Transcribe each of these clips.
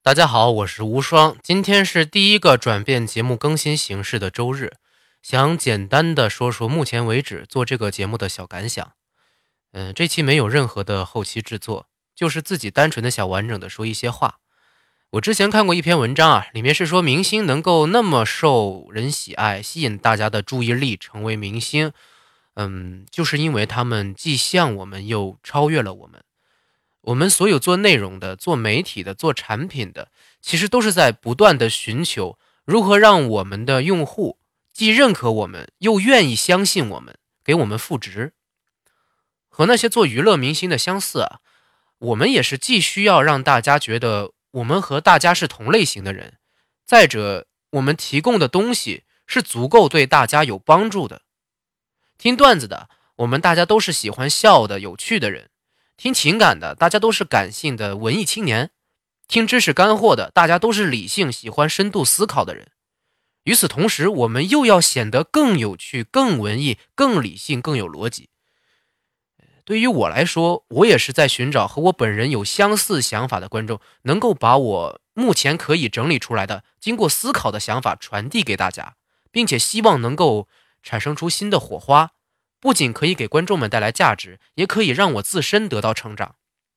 大家好，我是无双。今天是第一个转变节目更新形式的周日，想简单的说说目前为止做这个节目的小感想。这期没有任何的后期制作，就是自己单纯的想完整的说一些话。我之前看过一篇文章里面是说明星能够那么受人喜爱，吸引大家的注意力，成为明星，就是因为他们既像我们又超越了我们。我们所有做内容的、做媒体的、做产品的，其实都是在不断的寻求如何让我们的用户既认可我们，又愿意相信我们，给我们赋值。和那些做娱乐明星的相似我们也是既需要让大家觉得我们和大家是同类型的人，再者，我们提供的东西是足够对大家有帮助的。听段子的，我们大家都是喜欢笑的、有趣的人。听情感的，大家都是感性的文艺青年；听知识干货的，大家都是理性、喜欢深度思考的人。与此同时，我们又要显得更有趣、更文艺、更理性、更有逻辑。对于我来说，我也是在寻找和我本人有相似想法的观众，能够把我目前可以整理出来的、经过思考的想法传递给大家，并且希望能够产生出新的火花。不仅可以给观众们带来价值，也可以让我自身得到成长。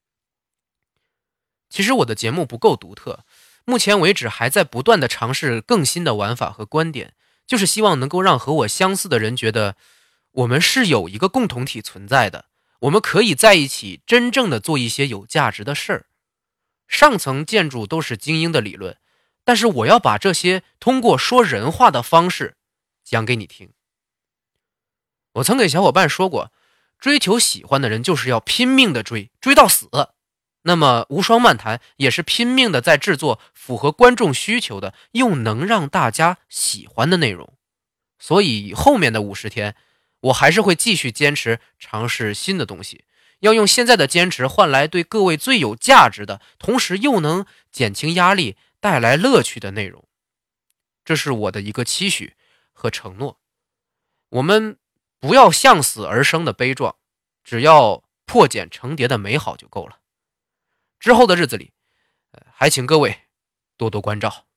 其实我的节目不够独特，目前为止还在不断的尝试更新的玩法和观点，就是希望能够让和我相似的人觉得我们是有一个共同体存在的，我们可以在一起真正的做一些有价值的事儿。上层建筑都是精英的理论，但是我要把这些通过说人话的方式讲给你听。我曾给小伙伴说过，追求喜欢的人就是要拼命的追，追到死。那么无双漫谈也是拼命的在制作符合观众需求的，又能让大家喜欢的内容。所以后面的50天，我还是会继续坚持尝试新的东西，要用现在的坚持换来对各位最有价值的，同时又能减轻压力、带来乐趣的内容。这是我的一个期许和承诺。我们不要向死而生的悲壮，只要破茧成蝶的美好就够了。之后的日子里，还请各位多多关照。